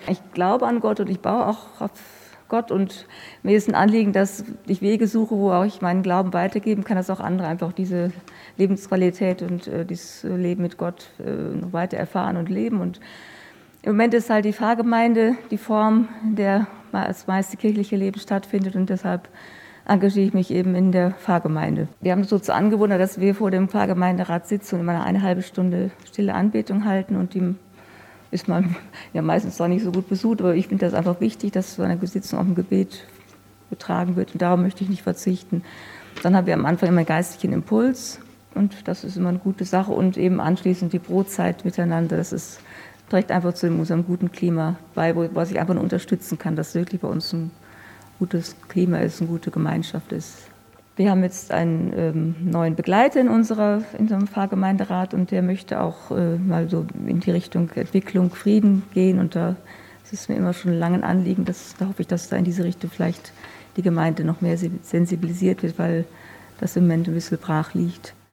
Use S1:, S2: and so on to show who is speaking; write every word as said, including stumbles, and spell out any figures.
S1: Ich glaube an Gott und ich baue auch auf Gott und mir ist ein Anliegen, dass ich Wege suche, wo auch ich meinen Glauben weitergeben kann, dass auch andere einfach diese Lebensqualität und äh, dieses Leben mit Gott äh, noch weiter erfahren und leben. Und im Moment ist halt die Pfarrgemeinde die Form, in der das meiste kirchliche Leben stattfindet und deshalb engagiere ich mich eben in der Pfarrgemeinde. Wir haben es so zur Angewohnheit, dass wir vor dem Pfarrgemeinderat sitzen und immer eine halbe Stunde stille Anbetung halten und die ist man ja meistens auch nicht so gut besucht, aber ich finde das einfach wichtig, dass so eine Sitzung auf dem Gebet betragen wird und darauf möchte ich nicht verzichten. Dann haben wir am Anfang immer einen geistlichen Impuls und das ist immer eine gute Sache und eben anschließend die Brotzeit miteinander, das ist, trägt einfach zu unserem guten Klima bei, wo, was ich einfach nur unterstützen kann, dass wirklich bei uns ein gutes Klima ist, eine gute Gemeinschaft ist. Wir haben jetzt einen ähm, neuen Begleiter in, unserer, in unserem Pfarrgemeinderat und der möchte auch äh, mal so in die Richtung Entwicklung, Frieden gehen und da das ist mir immer schon lange ein Anliegen, dass, da hoffe ich, dass da in diese Richtung vielleicht die Gemeinde noch mehr sensibilisiert wird, weil das im Moment ein bisschen brach liegt.